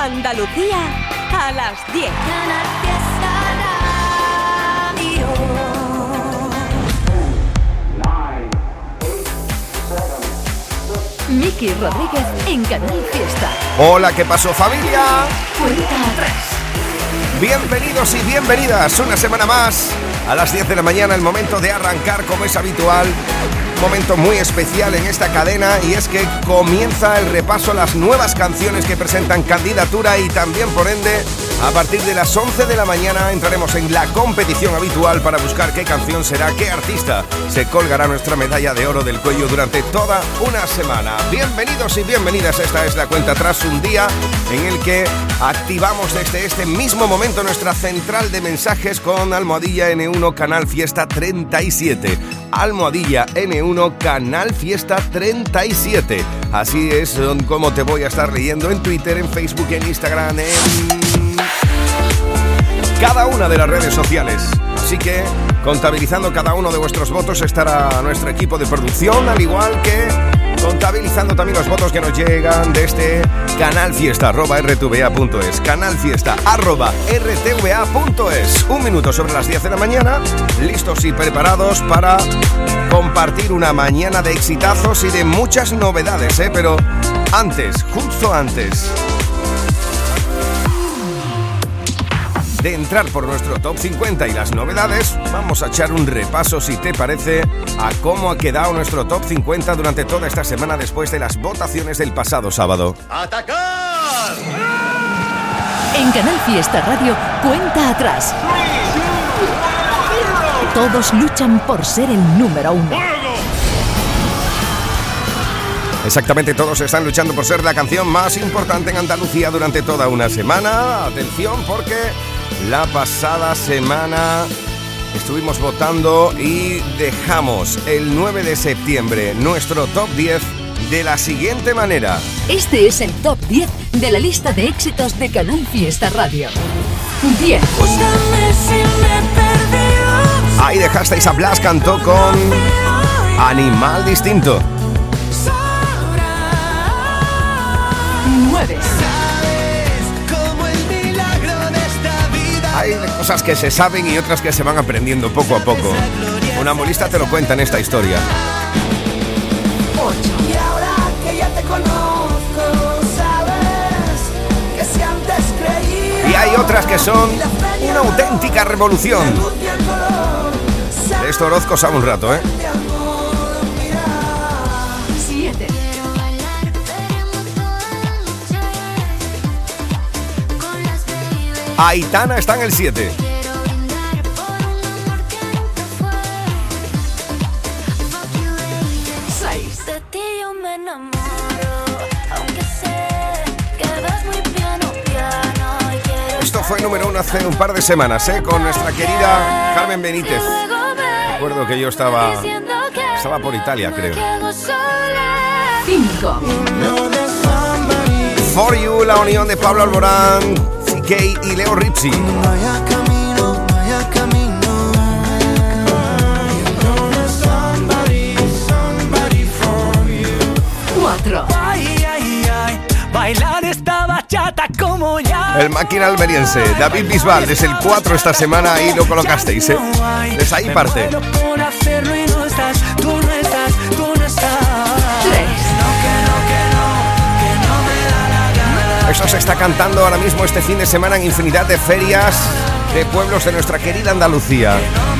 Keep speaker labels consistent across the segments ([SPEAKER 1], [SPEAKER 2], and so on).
[SPEAKER 1] Andalucía a las 10. Miki Rodríguez en Canal Fiesta.
[SPEAKER 2] Hola, ¿qué pasó, familia?
[SPEAKER 1] Cuenta atrás.
[SPEAKER 2] Bienvenidos y bienvenidas una semana más a las 10 de la mañana, el momento de arrancar como es habitual. Un momento muy especial en esta cadena y es que comienza el repaso a las nuevas canciones que presentan candidatura y también, por ende, a partir de las 11 de la mañana entraremos en la competición habitual para buscar qué canción será, qué artista se colgará nuestra medalla de oro del cuello durante toda una semana. Bienvenidos y bienvenidas, esta es la cuenta atrás, un día en el que activamos desde este mismo momento nuestra central de mensajes con Almohadilla N1 Canal Fiesta 37. Almohadilla N1 Canal Fiesta 37. Así es como te voy a estar leyendo en Twitter, en Facebook, en Instagram, en cada una de las redes sociales. Así que, contabilizando cada uno de vuestros votos, estará nuestro equipo de producción, al igual que contabilizando también los votos que nos llegan desde canalfiesta@rtva.es. canalfiesta@rtva.es. Un minuto sobre las 10 de la mañana, listos y preparados para compartir una mañana de exitazos y de muchas novedades, pero antes, justo antes de entrar por nuestro Top 50 y las novedades, vamos a echar un repaso, si te parece, a cómo ha quedado nuestro Top 50 durante toda esta semana después de las votaciones del pasado sábado.
[SPEAKER 3] ¡Atacar!
[SPEAKER 1] En Canal Fiesta Radio, cuenta atrás. Todos luchan por ser el número uno.
[SPEAKER 2] Exactamente, todos están luchando por ser la canción más importante en Andalucía durante toda una semana. Atención, porque la pasada semana estuvimos votando y dejamos el 9 de septiembre nuestro Top 10 de la siguiente manera.
[SPEAKER 1] Este es el Top 10 de la lista de éxitos de Canal Fiesta Radio. 10.
[SPEAKER 2] Ahí dejasteis a Blas Cantó con Animal Distinto.
[SPEAKER 1] 9.
[SPEAKER 2] Hay cosas que se saben y otras que se van aprendiendo poco a poco. Una molista te lo cuenta en esta historia.
[SPEAKER 1] 8.
[SPEAKER 2] Y hay otras que son una auténtica revolución. De esto Orozco sabe un rato, ¿eh?
[SPEAKER 1] 7.
[SPEAKER 2] Aitana está en el 7.
[SPEAKER 1] 6.
[SPEAKER 2] Esto fue número 1 hace un par de semanas, con nuestra querida Carmen Benítez. Recuerdo que yo estaba por Italia, creo.
[SPEAKER 1] 5.
[SPEAKER 2] For You, la unión de Pablo Alborán, CK y Leo Rizzi.
[SPEAKER 1] 4.
[SPEAKER 3] Bailar esta bachata como ya.
[SPEAKER 2] El máquina almeriense, David Bisbal, desde el 4 esta semana, ahí lo colocasteis, Desde ahí parte.
[SPEAKER 1] 3.
[SPEAKER 2] Eso se está cantando ahora mismo este fin de semana en infinidad de ferias de pueblos de nuestra querida Andalucía.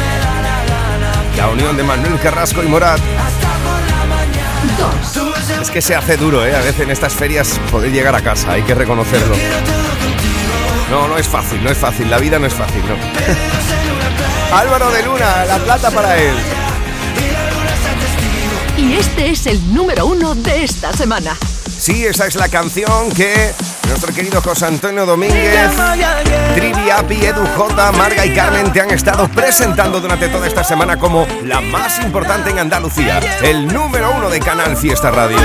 [SPEAKER 2] La unión de Manuel Carrasco y Morat.
[SPEAKER 1] 2.
[SPEAKER 2] Es que se hace duro, a veces en estas ferias poder llegar a casa, hay que reconocerlo. No es fácil, la vida no es fácil, ¿no? Álvaro de Luna, la plata para él.
[SPEAKER 1] Y este es el número 1 de esta semana.
[SPEAKER 2] Sí, esa es la canción que nuestro querido José Antonio Domínguez, Trivi, Api, Edu J, Marga y Carmen te han estado presentando durante toda esta semana como la más importante en Andalucía, el número 1 de Canal Fiesta Radio.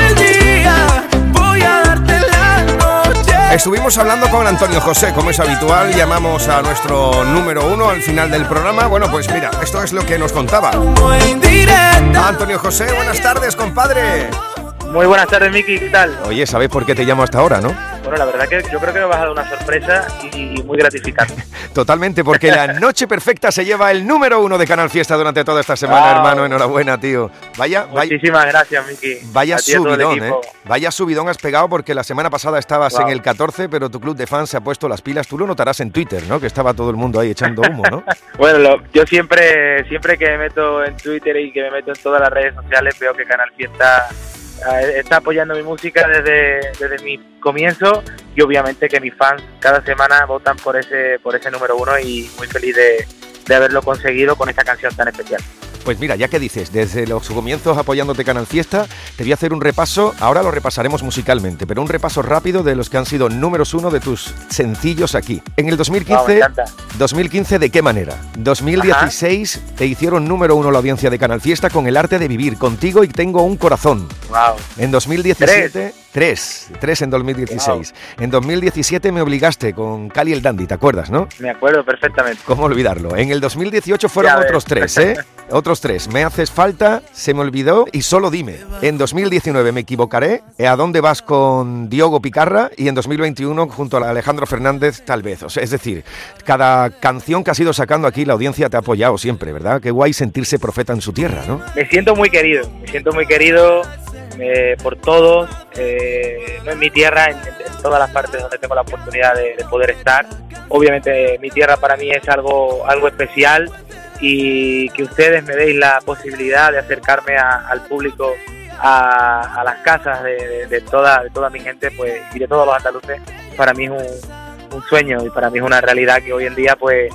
[SPEAKER 2] Estuvimos hablando con Antonio José, como es habitual, llamamos a nuestro número 1 al final del programa. Bueno, pues mira, esto es lo que nos contaba. Antonio José, buenas tardes, compadre.
[SPEAKER 4] Muy buenas tardes, Miki, ¿qué tal?
[SPEAKER 2] Oye, ¿sabes por qué te llamo hasta ahora, no?
[SPEAKER 4] Bueno, la verdad que yo creo que me vas a dar una sorpresa y muy gratificante.
[SPEAKER 2] Totalmente, porque la Noche Perfecta se lleva el número 1 de Canal Fiesta durante toda esta semana, hermano. Enhorabuena, tío.
[SPEAKER 4] Muchísimas gracias, Miki.
[SPEAKER 2] Vaya subidón, Vaya subidón has pegado, porque la semana pasada estabas en el 14, pero tu club de fans se ha puesto las pilas. Tú lo notarás en Twitter, ¿no? Que estaba todo el mundo ahí echando humo, ¿no?
[SPEAKER 4] Bueno, yo siempre que me meto en Twitter y que me meto en todas las redes sociales, veo que Canal Fiesta está apoyando mi música desde mi comienzo, y obviamente que mis fans cada semana votan por ese número 1, y muy feliz de haberlo conseguido con esta canción tan especial.
[SPEAKER 2] Pues mira, ya que dices, desde los comienzos apoyándote Canal Fiesta, te voy a hacer un repaso, ahora lo repasaremos musicalmente, pero un repaso rápido de los que han sido números 1 de tus sencillos aquí. En el 2015, ¿de qué manera? 2016 te hicieron número 1 la audiencia de Canal Fiesta con El arte de vivir, Contigo y Tengo un corazón.
[SPEAKER 4] Wow.
[SPEAKER 2] En 2017... Tres en 2016. Wow. En 2017 Me obligaste con Cali el Dandy, ¿te acuerdas, no?
[SPEAKER 4] Me acuerdo perfectamente.
[SPEAKER 2] ¿Cómo olvidarlo? En el 2018 fueron otros 3, Otros 3. Me haces falta, Se me olvidó y Solo dime. En 2019 Me equivocaré, ¿A dónde vas con Diogo Picarra? Y en 2021 junto a Alejandro Fernández, Tal vez. O sea, es decir, cada canción que has ido sacando aquí la audiencia te ha apoyado siempre, ¿verdad? Qué guay sentirse profeta en su tierra, ¿no?
[SPEAKER 4] Me siento muy querido por todos, no en mi tierra, en todas las partes donde tengo la oportunidad de poder estar. Obviamente mi tierra para mí es algo especial, y que ustedes me deis la posibilidad de acercarme al público, a las casas de toda mi gente, pues, y de todos los andaluces, para mí es un sueño, y para mí es una realidad que hoy en día pues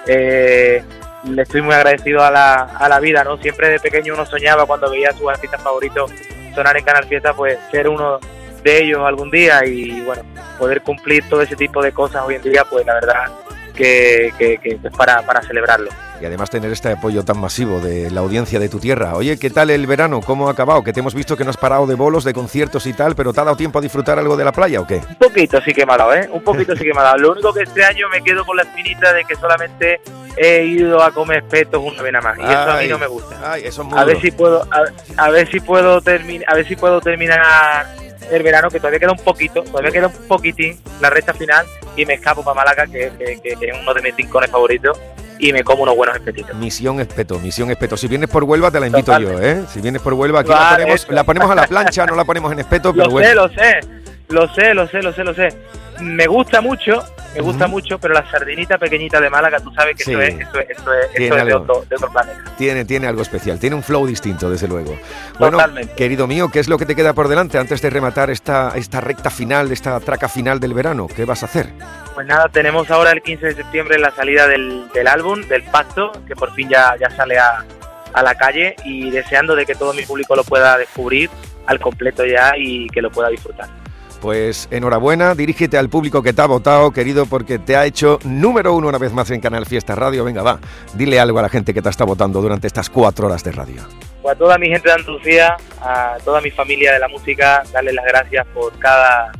[SPEAKER 4] le estoy muy agradecido a la vida, ¿no? Siempre de pequeño uno soñaba, cuando veía a sus artistas favoritos sonar en Canal Fiesta, pues ser uno de ellos algún día, y bueno, poder cumplir todo ese tipo de cosas hoy en día, pues la verdad que es para celebrarlo.
[SPEAKER 2] Y además tener este apoyo tan masivo de la audiencia de tu tierra. Oye, ¿qué tal el verano? ¿Cómo ha acabado? Que te hemos visto que no has parado de bolos, de conciertos y tal, pero ¿te ha dado tiempo a disfrutar algo de la playa o qué?
[SPEAKER 4] Un poquito sí que me ha dado, Un poquito sí que me ha dado. Lo único que este año me quedo con la espinita de que solamente he ido a comer espetos una vez nada más, y eso a mí no me gusta.
[SPEAKER 2] Eso es muy
[SPEAKER 4] a ver si puedo terminar el verano, que todavía queda un poquitín la recta final, y me escapo para Málaga, que es uno de mis rincones favoritos, y me como unos buenos espetitos.
[SPEAKER 2] Misión espeto. Si vienes por Huelva te la invito yo, Si vienes por Huelva aquí la ponemos a la plancha, no la ponemos en espeto, pero
[SPEAKER 4] Lo sé. Me gusta mucho, pero la sardinita pequeñita de Málaga, tú sabes que
[SPEAKER 2] sí,
[SPEAKER 4] eso es de otro planeta.
[SPEAKER 2] Tiene algo especial, tiene un flow distinto, desde luego. Bueno,
[SPEAKER 4] totalmente.
[SPEAKER 2] Querido mío, ¿qué es lo que te queda por delante antes de rematar esta recta final, esta traca final del verano? ¿Qué vas a hacer?
[SPEAKER 4] Pues nada, tenemos ahora el 15 de septiembre la salida del álbum, del Pacto, que por fin ya sale a la calle, y deseando de que todo mi público lo pueda descubrir al completo ya y que lo pueda disfrutar.
[SPEAKER 2] Pues enhorabuena, dirígete al público que te ha votado, querido, porque te ha hecho número 1 una vez más en Canal Fiesta Radio. Venga, va, dile algo a la gente que te está votando durante estas 4 horas de radio.
[SPEAKER 4] Pues a toda mi gente de Andalucía, a toda mi familia de la música, darles las gracias por cada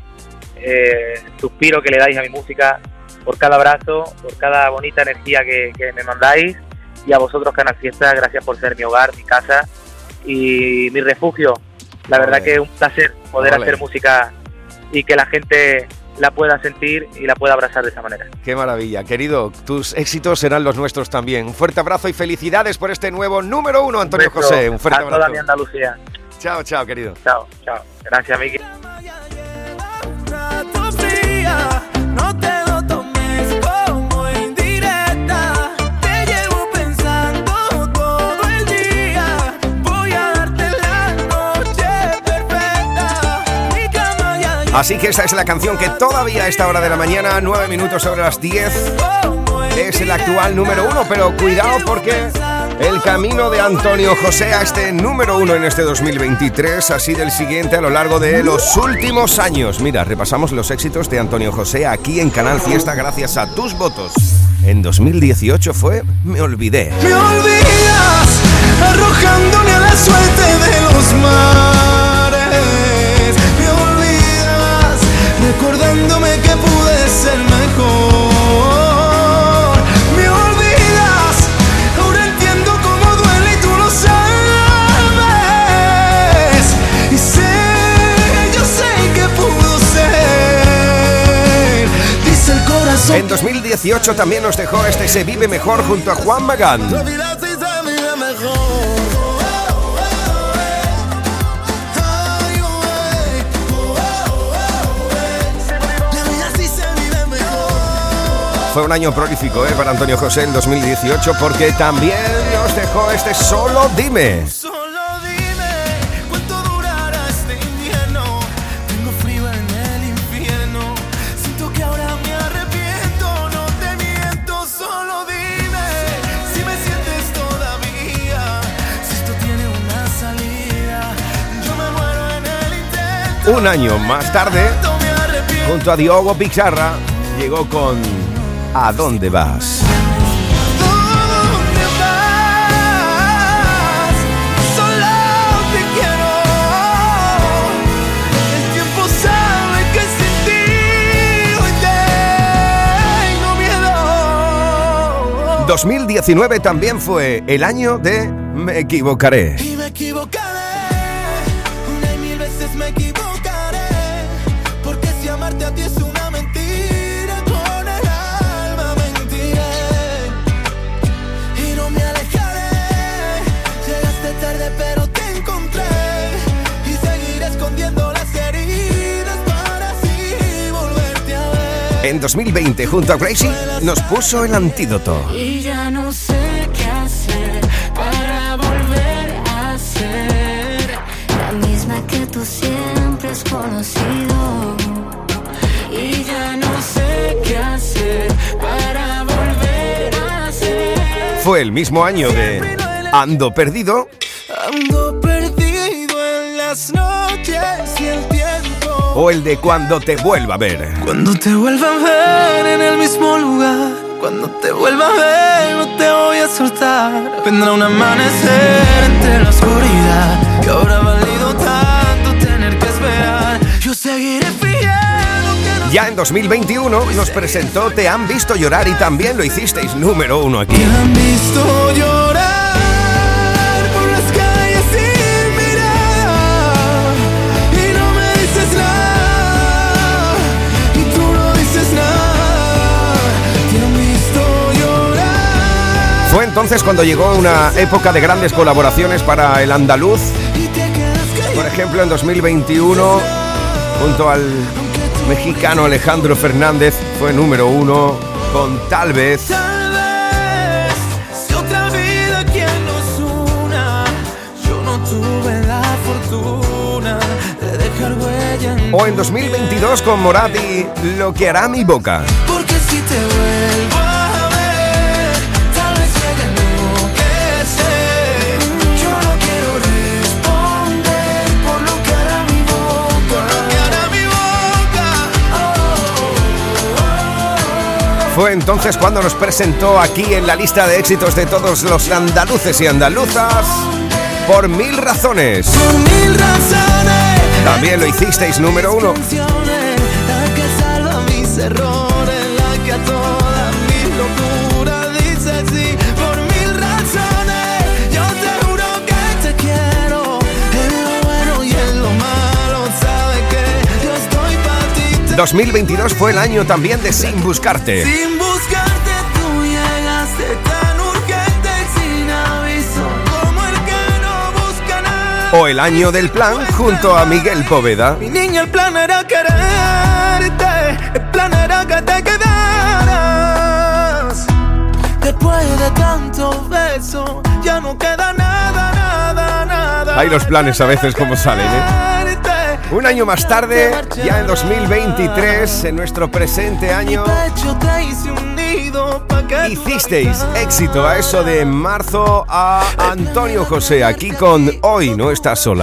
[SPEAKER 4] suspiro que le dais a mi música, por cada abrazo, por cada bonita energía que me mandáis, y a vosotros, Canal Fiesta, gracias por ser mi hogar, mi casa y mi refugio. La verdad que es un placer poder hacer música y que la gente la pueda sentir y la pueda abrazar de esa manera.
[SPEAKER 2] Qué maravilla, querido. Tus éxitos serán los nuestros también. Un fuerte abrazo y felicidades por este nuevo número 1, Antonio José. Un fuerte abrazo.
[SPEAKER 4] A toda mi Andalucía.
[SPEAKER 2] Chao, querido.
[SPEAKER 4] Chao. Gracias, Miki.
[SPEAKER 3] No te lo tomes como indirecta. Te llevo pensando todo el día. Voy a darte la noche perfecta. Mi cama ya.
[SPEAKER 2] Así que esta es la canción que todavía a esta hora de la mañana, 9 minutos sobre las 10, es el actual número 1, pero cuidado porque el camino de Antonio José a este número 1 en este 2023 ha sido el siguiente a lo largo de los últimos años. Mira, repasamos los éxitos de Antonio José aquí en Canal Fiesta gracias a tus votos. En 2018 fue Me olvidé.
[SPEAKER 3] Me olvidas arrojándome a la suerte de los mares. Me olvidas recordándome que pude ser mejor. Yo sé que pudo ser.
[SPEAKER 2] En 2018 también nos dejó este Se vive mejor junto a Juan Magán. Fue un año prolífico para Antonio José en 2018 porque también nos dejó este Solo Dime.
[SPEAKER 3] Solo dime cuánto durará este invierno. Tengo frío en el infierno. Siento que ahora me arrepiento. No te miento, solo dime si me sientes todavía. Si esto tiene una salida, yo me muero en el intento.
[SPEAKER 2] Un año más tarde, junto a Diogo Pizarra, llegó con ¿A dónde vas?
[SPEAKER 3] ¿Dónde vas? Solo te quiero. El tiempo sabe que sin ti hoy tengo miedo.
[SPEAKER 2] 2019 también fue el año de Me equivocaré.
[SPEAKER 3] Y me equivocaré. Una y mil veces me equivocaré. Porque si amarte a ti es una mentira. Pero te encontré y seguiré escondiendo las heridas para así volverte a ver.
[SPEAKER 2] En 2020, junto a Gracie, nos puso el antídoto.
[SPEAKER 5] Y ya no sé qué hacer para volver a ser la misma que tú siempre has conocido. Y ya no sé qué hacer para volver a ser.
[SPEAKER 2] Fue el mismo año de Ando Perdido.
[SPEAKER 3] Ando perdido en las noches y el tiempo.
[SPEAKER 2] O el de Cuando te vuelva a ver.
[SPEAKER 3] Cuando te vuelva a ver en el mismo lugar. Cuando te vuelva a ver no te voy a soltar. Vendrá un amanecer entre la oscuridad. Y ahora ha valido tanto tener que esperar. Yo seguiré fiel.
[SPEAKER 2] Ya en 2021 nos presentó Te han visto llorar y también lo hicisteis número 1 aquí.
[SPEAKER 3] Te han visto llorar.
[SPEAKER 2] Fue entonces cuando llegó una época de grandes colaboraciones para el andaluz. Por ejemplo, en 2021, junto al mexicano Alejandro Fernández, fue número 1 con Tal vez.
[SPEAKER 3] Tal vez, si otra vida quien nos una, yo no tuve la fortuna de dejar huella en
[SPEAKER 2] O en 2022 con Morat y Lo que hará mi boca.
[SPEAKER 3] Porque si te vuelvo a ver, tal vez llegue lo que sé. Yo no quiero responder por lo que hará mi boca. Por lo que hará mi boca.
[SPEAKER 2] Fue entonces cuando nos presentó aquí en la lista de éxitos de todos los andaluces y andaluzas Por mil razones.
[SPEAKER 3] Por mil razones.
[SPEAKER 2] También lo hicisteis número 1.
[SPEAKER 3] La que salva mis errores, la que a todas mis locuras dice sí. Por mil razones, yo te juro que te quiero. En lo bueno y en lo malo, sabe que yo estoy para ti.
[SPEAKER 2] 2022 fue el año también de Sin buscarte.
[SPEAKER 3] Sin buscarte tú llegaste tan urgente, sin aviso, como el que no busca nada.
[SPEAKER 2] O el año del Plan junto a Miguel Poveda.
[SPEAKER 3] Mi niña, el plan era quererte, el plan era que te quedaras. Después de tantos besos, ya no queda nada, nada, nada.
[SPEAKER 2] Hay los planes a veces como salen, Un año más tarde, ya en 2023, en nuestro presente año, hicisteis éxito a eso de marzo a Antonio José, aquí con Hoy no estás sola.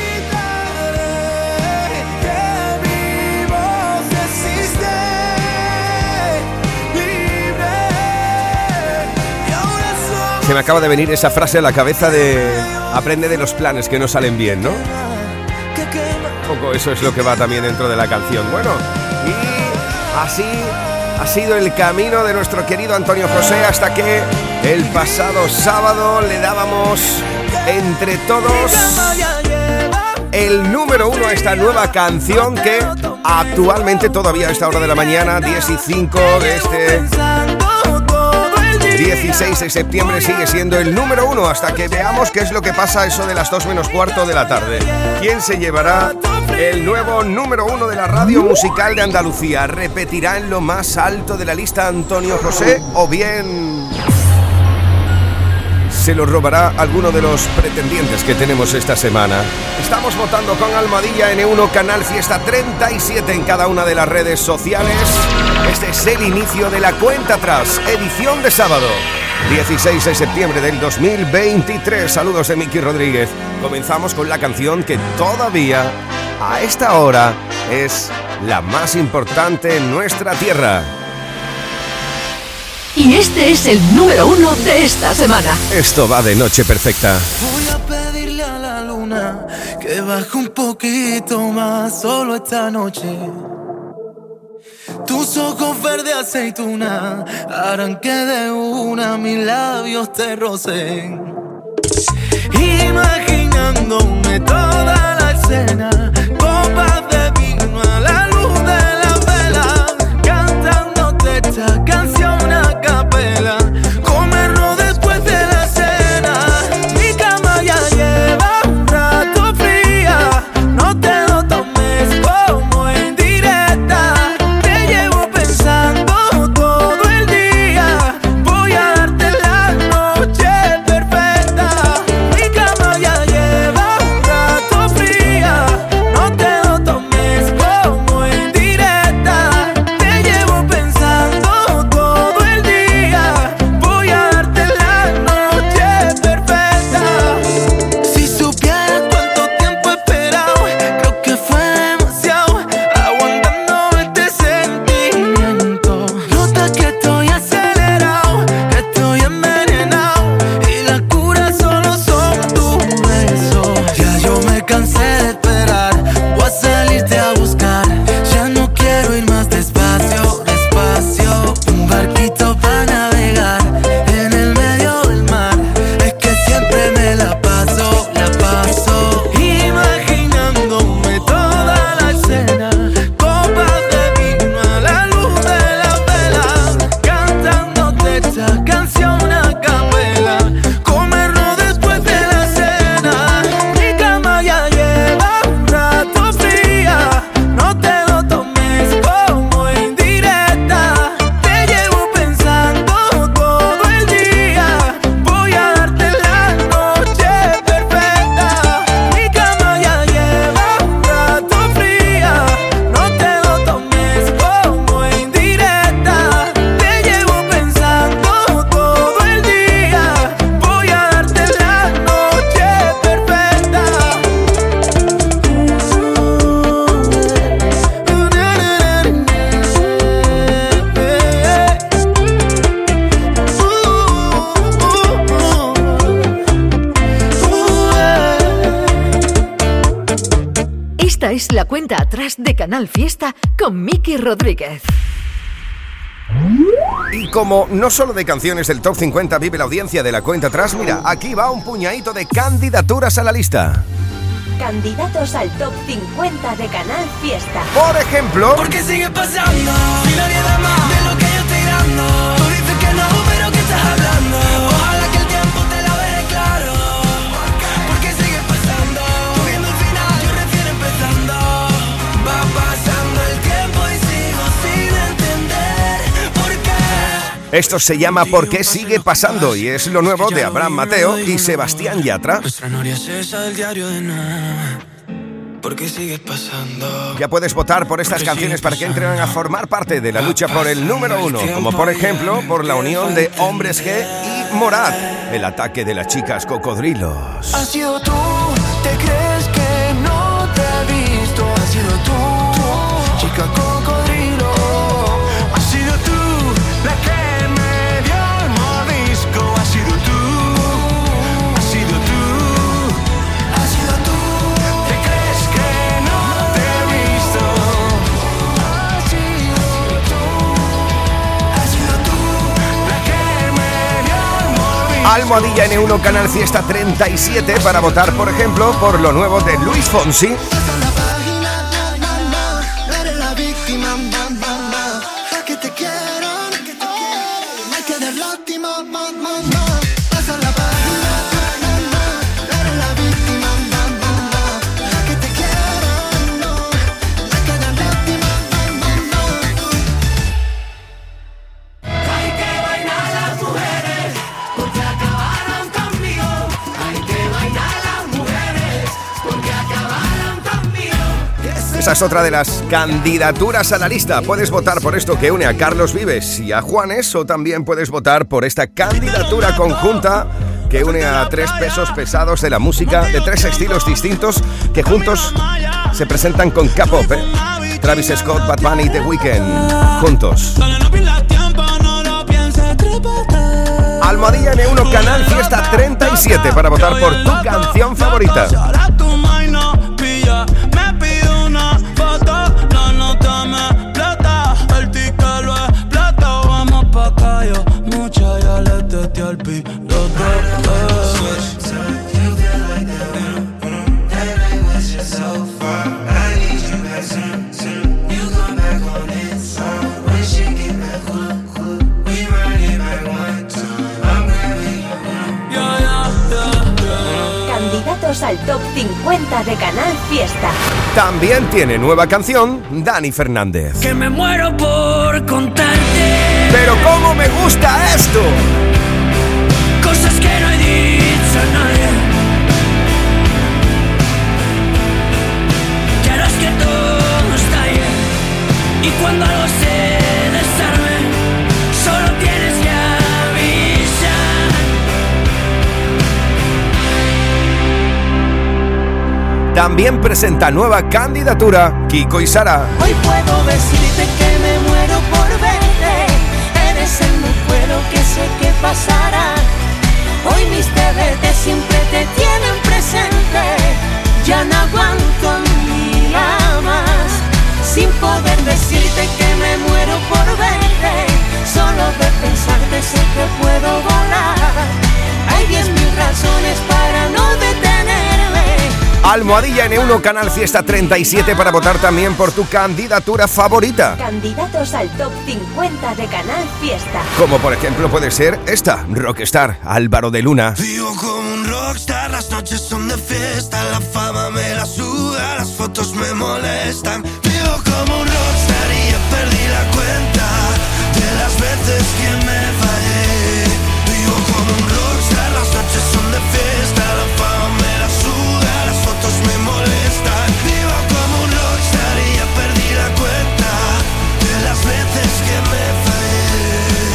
[SPEAKER 2] Se me acaba de venir esa frase a la cabeza de aprende de los planes que no salen bien, ¿no? Un poco eso es lo que va también dentro de la canción. Bueno, y así ha sido el camino de nuestro querido Antonio José hasta que el pasado sábado le dábamos entre todos el número 1 a esta nueva canción que actualmente todavía a esta hora de la mañana, 10 y 5 de este 16 de septiembre, sigue siendo el número 1 hasta que veamos qué es lo que pasa eso de las 2 menos cuarto de la tarde. ¿Quién se llevará el nuevo número 1 de la radio musical de Andalucía? ¿Repetirá en lo más alto de la lista Antonio José o bien se lo robará alguno de los pretendientes que tenemos esta semana? Estamos votando con Almohadilla N1 Canal Fiesta 37 en cada una de las redes sociales. Este es el inicio de la cuenta atrás, edición de sábado, 16 de septiembre del 2023. Saludos de Miki Rodríguez. Comenzamos con la canción que todavía a esta hora es la más importante en nuestra tierra.
[SPEAKER 1] Y este es el número 1 de esta semana.
[SPEAKER 2] Esto va de Noche Perfecta.
[SPEAKER 3] Voy a pedirle a la luna que baje un poquito más solo esta noche. Tus ojos verde aceituna harán que de una mis labios te rocen. Imaginándome toda la escena, copas de vino a la luz de la vela, cantándote esta canción a capela, comernos después de la cena. Mi cama ya lleva un rato fría, no te lo tomes como indirecta. Te llevo pensando todo el día, voy a darte la noche perfecta. Mi cama ya lleva un rato fría, no te lo tomes como indirecta. Te llevo pensando todo el día, voy a darte la noche perfecta. Si supieras cuánto tiempo he esperado, creo que fue demasiado, aguantando este sentimiento. Nota que estoy acelerado, que estoy envenenado, y la cura solo son tus besos. Ya yo me cansé de esperar, voy a salirte a buscar. Ya no quiero ir más despacio, despacio. Un barquito para navegar en el medio del mar. Es que siempre me la paso, imaginándome toda la escena, copas de vino a la luz de la vela, cantándote esta canción a capela, comernos después de la cena. Mi cama ya lleva un rato fría, no te lo tomes como indirecta. Te llevo pensando todo el día, voy a darte la noche perfecta. Mi cama ya lleva un rato fría, no te lo tomes como indirecta. Te llevo pensando todo el día, voy a darte la noche perfecta.
[SPEAKER 1] Esta es la cuenta atrás de Canal Fiesta con Miki Rodríguez.
[SPEAKER 2] Y como no solo de canciones del Top 50 vive la audiencia de la cuenta atrás, mira, aquí va un puñadito de candidaturas a la lista.
[SPEAKER 6] Candidatos al Top 50 de Canal Fiesta.
[SPEAKER 2] Por ejemplo,
[SPEAKER 3] Porque sigue pasando, si nadie da más de lo que yo estoy dando. Tú dices que no, pero ¿qué estás hablando? Ojalá que el tiempo te la deje claro. Porque sigue pasando, tú viendo el final, yo recién empezando. Va pasando el tiempo y sigo sin entender por qué.
[SPEAKER 2] esto se llama ¿Por qué sigue pasando? Y es lo nuevo de Abraham Mateo y Sebastián Yatra.
[SPEAKER 3] Nuestra noria es esa del diario de nada. ¿Por qué sigues pasando?
[SPEAKER 2] Ya puedes votar por estas canciones para que entren a formar parte de la lucha por el número 1, como por ejemplo por la unión de Hombres G y Morat, el ataque de las chicas cocodrilos.
[SPEAKER 3] Has sido tú, te crees que no te he visto. Has sido tú, chica cocodrilo. Has sido tú, la que me dio el mordisco. Has sido tú, has sido tú, has sido tú. Te crees que no te he visto. Has sido tú, la que me dio el mordisco.
[SPEAKER 2] Almohadilla N1 Canal Fiesta 37 para votar, por ejemplo, por lo nuevo de Luis Fonsi. Esa es otra de las candidaturas a la lista. Puedes votar por esto que une a Carlos Vives y a Juanes, o también puedes votar por esta candidatura conjunta que une a tres pesos pesados de la música de tres estilos distintos que juntos se presentan con K-pop, Travis Scott, Bad Bunny y The Weeknd juntos. Almohadilla N1 Canal Fiesta 37 para votar por tu canción favorita.
[SPEAKER 6] Candidatos al Top 50 de Canal Fiesta.
[SPEAKER 2] También tiene nueva canción Dani Fernández.
[SPEAKER 7] Que me muero por contarte.
[SPEAKER 2] Pero cómo me gusta esto.
[SPEAKER 7] Cosas que no he dicho a nadie. Que harás que todo estalle. Y cuando algo se desarme, solo tienes que avisar.
[SPEAKER 2] También presenta nueva candidatura Kiko y Sara.
[SPEAKER 3] Hoy puedo decirte que me muero por verte. Eres el muero que sé que pasará. Hoy mis TVT siempre te tienen presente. Ya no aguanto un día más sin poder decirte que me muero por verte. Solo de pensarte sé que puedo volar. Hay 10.000 razones para no detenerme.
[SPEAKER 2] Almohadilla N1 Canal Fiesta 37 para votar también por tu candidatura favorita.
[SPEAKER 6] Candidatos al Top 50 de Canal Fiesta.
[SPEAKER 2] Como por ejemplo puede ser esta, Rockstar, Álvaro de Luna.
[SPEAKER 3] Vivo como un rockstar, las noches son de fiesta. La fama me la suda, las fotos me molestan. Vivo como un rockstar y ya perdí la cuenta de las veces que me fallé. Vivo como un rockstar, las noches son de fiesta. La fama me la suda, las fotos me molestan. Vivo como un rockstar y ya perdí la cuenta de las veces que me fallé.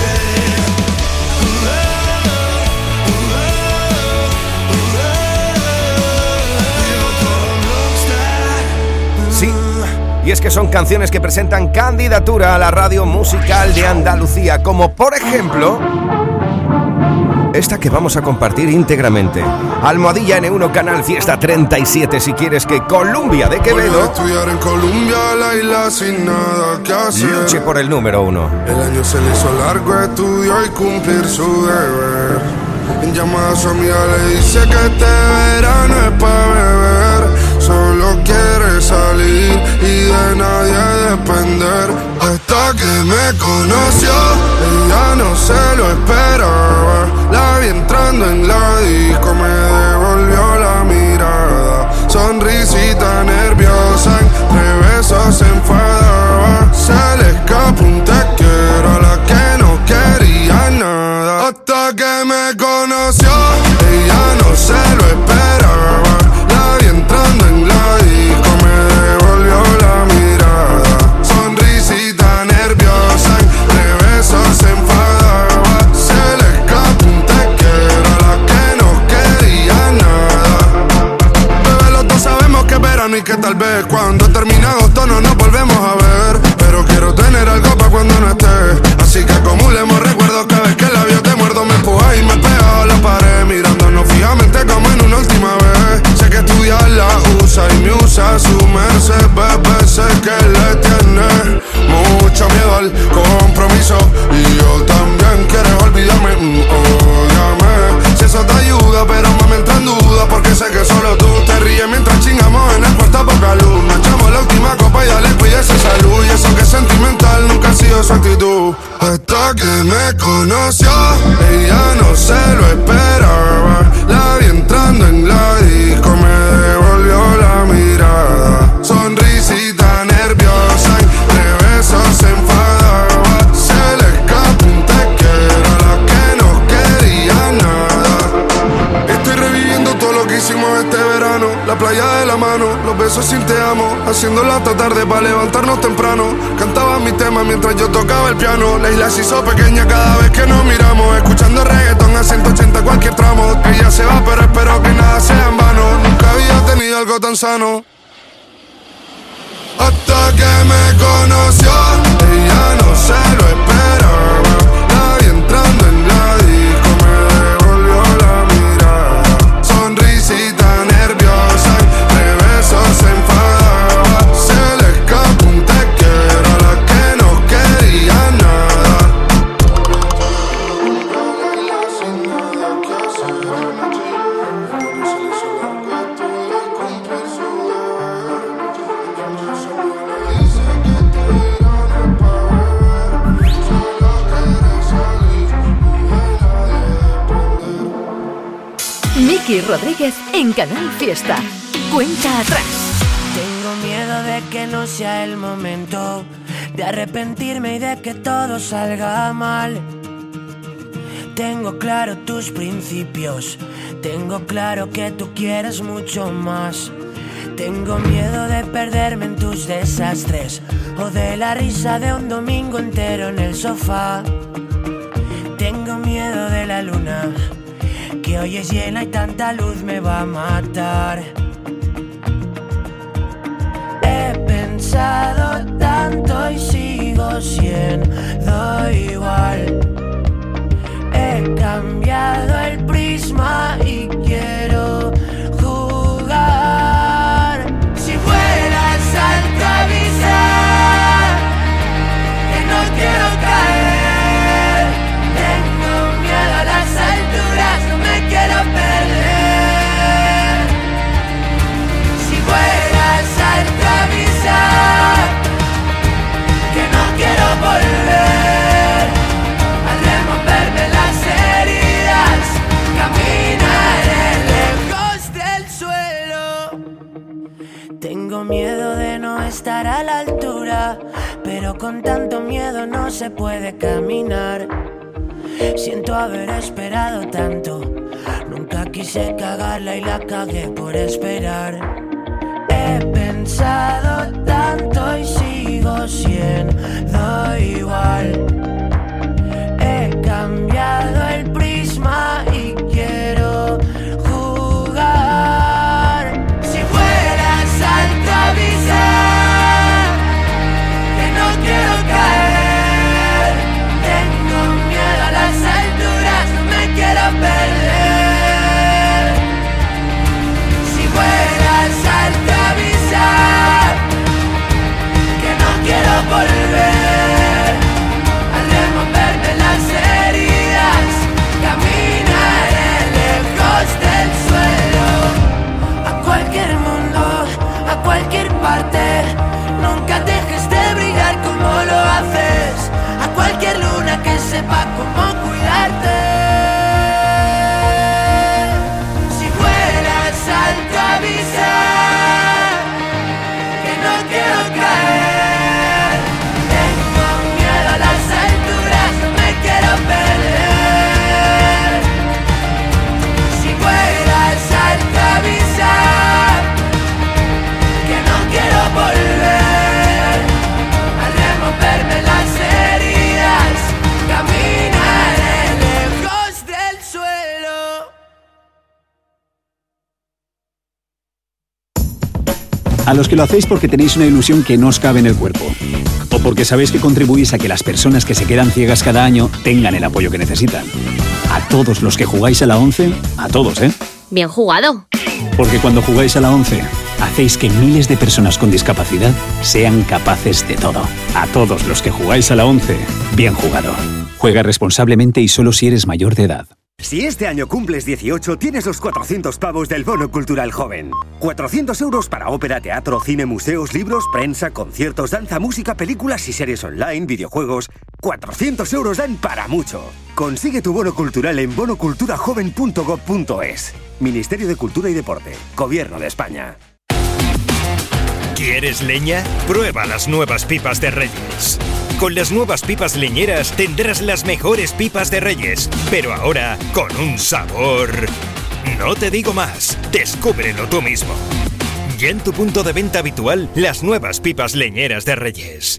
[SPEAKER 2] Sí, y es que son canciones que presentan candidatura a la radio musical de Andalucía, como por ejemplo esta que vamos a compartir íntegramente. Almohadilla N1 Canal Fiesta 37 si quieres que Columbia de Quevedo
[SPEAKER 8] estudiar en Colombia, la isla sin nada que hacer.
[SPEAKER 2] luche por el número 1.
[SPEAKER 8] El año se le hizo largo, estudió y cumplir su deber. En llamada a su amiga le dice que este verano es pa' beber. Solo quiere salir y de nadie depender. Hasta que me conoció, ella no se lo esperaba. La vi entrando en la disco, me devolvió la mirada. Sonrisita nerviosa, entre besos se enfadaba. Se le escapó un te quiero a la que no quería nada. Hasta que me conoció, ella no se lo esperaba. La vi entrando en la disco, me devolvió la mirada. Sonrisita nerviosa, entre besos se enfadaba. Se le escapó un te quiero a la que no quería nada. Bebé, los dos sabemos que es verano y que tal vez cuando termine agosto no nos volvemos a ver. Pero quiero tener algo pa' cuando no esté. Así que acumulemos recuerdos, cada vez que el labio te muerdo me empuja y me pega a la pared. Mirándonos fijamente como en una última vez. Sé que estudiar la usa y me usa su merced. Bebé, sé que le tiene mucho miedo al compromiso. Y yo también, quieres olvidarme, ódiame. conoció, ella no se lo esperaba. La vi entrando en la disco, me devolvió la mirada. Sonrisita nerviosa, entre besos se enfadaba. Se le escapó un te quiero, la que no quería nada. Estoy reviviendo todo lo que hicimos este verano. La playa de la mano, los besos sin te amo. Haciéndola hasta tarde para levantarnos temprano. Cantaba mi tema mientras yo tocaba el piano. La isla se hizo pequeña cada vez que nos miramos. Escuchando reggaetón a 180 cualquier tramo. Ella se va pero espero que nada sea en vano. Nunca había tenido algo tan sano. Hasta que me conoció, ella no se lo esperaba. La vi entrando en la disco, me devolvió la mirada. Sonrisita nerviosa, de besos se enfadaba. Se le escapó un te quiero, a la que no quería nada.
[SPEAKER 1] Miki Rodríguez en Canal Fiesta. Cuenta atrás.
[SPEAKER 7] Tengo miedo de que no sea el momento, de arrepentirme y de que todo salga mal. Tengo claro tus principios, tengo claro que tú quieres mucho más. Tengo miedo de perderme en tus desastres, o de la risa de un domingo entero en el sofá. Tengo miedo de la luna, que hoy es llena y tanta luz me va a matar. He pensado tanto y sigo siendo igual. He cambiado el prisma y quiero jugar. Si vuelas alto avisar, que no quiero caer. Tengo miedo a las alturas, no me quiero perder. Si vuelas alto avisar, que no quiero volver. Al removerme las heridas, caminaré lejos del suelo. Tengo miedo de no estar a la altura, pero con tanto miedo no se puede caminar. Siento haber esperado tanto, nunca quise cagarla y la cagué por esperar. He pensado tanto y sigo siendo igual. He cambiado el prisma y quiero jugar. Si fueras alto avisar, que no quiero caer. Tengo miedo a las alturas, no me quiero perder. Si fueras alto avisar, que no quiero volver. Al removerme las heridas, caminaré lejos del suelo. A cualquier mundo, a cualquier parte, nunca dejes de brillar como lo haces. A cualquier luna que sepa cómo cuidarte. Si fueras alto avisar, que no quiero caer. Tengo miedo a las alturas, no me quiero perder. Si fueras alto avisar, que no quiero volver. Al removerme las heridas, caminaré lejos del suelo.
[SPEAKER 9] A los que lo hacéis porque tenéis una ilusión que no os cabe en el cuerpo, o porque sabéis que contribuís a que las personas que se quedan ciegas cada año tengan el apoyo que necesitan. A todos los que jugáis a la 11, a todos, ¿eh?
[SPEAKER 10] Bien jugado.
[SPEAKER 9] Porque cuando jugáis a la 11, hacéis que miles de personas con discapacidad sean capaces de todo. A todos los que jugáis a la 11, bien jugado. Juega responsablemente y solo si eres mayor de edad.
[SPEAKER 11] Si este año cumples 18, tienes los 400 pavos del Bono Cultural Joven. 400 euros para ópera, teatro, cine, museos, libros, prensa, conciertos, danza, música, películas y series online, videojuegos. 400 euros dan para mucho. Consigue tu bono cultural en bonoculturajoven.gov.es. Ministerio de Cultura y Deporte. Gobierno de España.
[SPEAKER 10] ¿Quieres leña? Prueba las nuevas pipas de Reyes. Con las nuevas pipas leñeras tendrás las mejores pipas de Reyes, pero ahora con un sabor... No te digo más, descúbrelo tú mismo. Ya en tu punto de venta habitual, las nuevas pipas leñeras de Reyes.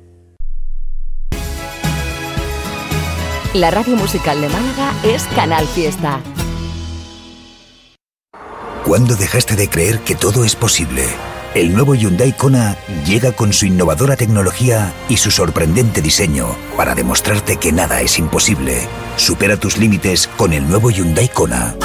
[SPEAKER 1] La radio musical de Málaga es Canal Fiesta.
[SPEAKER 12] ¿Cuándo dejaste de creer que todo es posible? El nuevo Hyundai Kona llega con su innovadora tecnología y su sorprendente diseño para demostrarte que nada es imposible. Supera tus límites con el nuevo Hyundai Kona.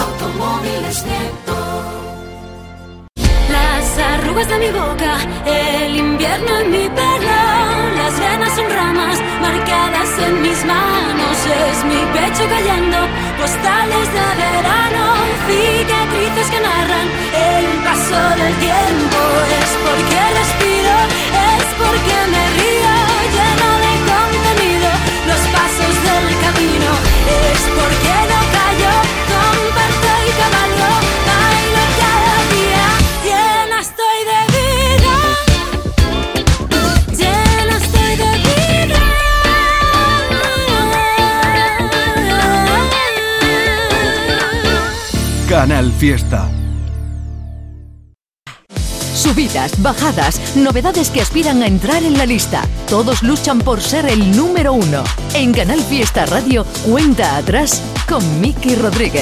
[SPEAKER 5] Las arrugas de mi boca, el invierno en mi pelo, las venas son ramas marcadas en mis manos, es mi pecho cayendo, postales de verano, cicatrices que narran el paso del tiempo. Es porque respiro, es porque me río, lleno de contenido, los pasos del camino. Es porque no callo, comparto y cabalgo, bailo cada día, llena estoy de vida, llena estoy de vida.
[SPEAKER 13] Canal Fiesta.
[SPEAKER 1] Subidas, bajadas, novedades que aspiran a entrar en la lista. Todos luchan por ser el número 1. En Canal Fiesta Radio, cuenta atrás con Miki Rodríguez.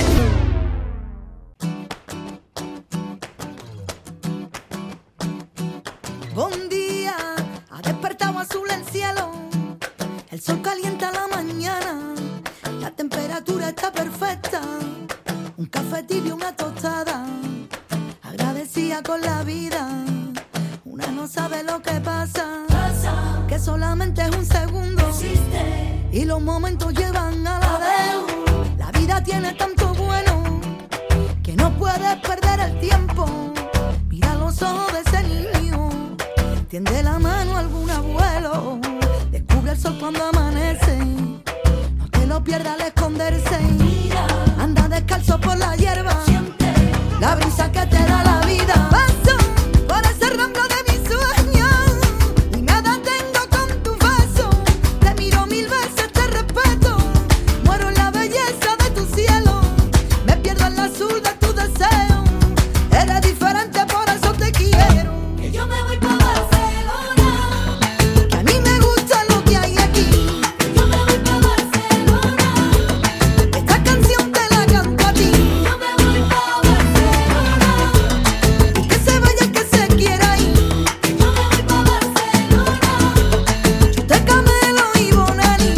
[SPEAKER 14] Buen día, ha despertado azul el cielo, el sol calienta la mañana, la temperatura está perfecta, un café tibio, una tostada, agradecida con la vida, una no sabe lo que pasa, que solamente es un segundo, y los momentos llevan a la vez, la vida tiene tanto bueno, que no puedes perder el tiempo, mira los ojos de ese niño, tiende la mano a algún abuelo, descubre el sol cuando amanece, no te lo pierdas al esconderse, anda descalzo por la hierba, la brisa que te da la vida, paso por ese ramblo de mis sueños, y me detengo con tu beso, te miro mil veces, te respeto, muero en la belleza de tu cielo, me pierdo en el azul de tu deseo, eres diferente, por eso te quiero, que yo me voy para Barcelona, que a mí me gusta lo que hay aquí, que yo me voy para Barcelona, esta canción te la canto a ti, yo me voy para Barcelona, y que se vaya el que se quiera ir, que yo me voy para Barcelona, Chute, Camelo y Bonani.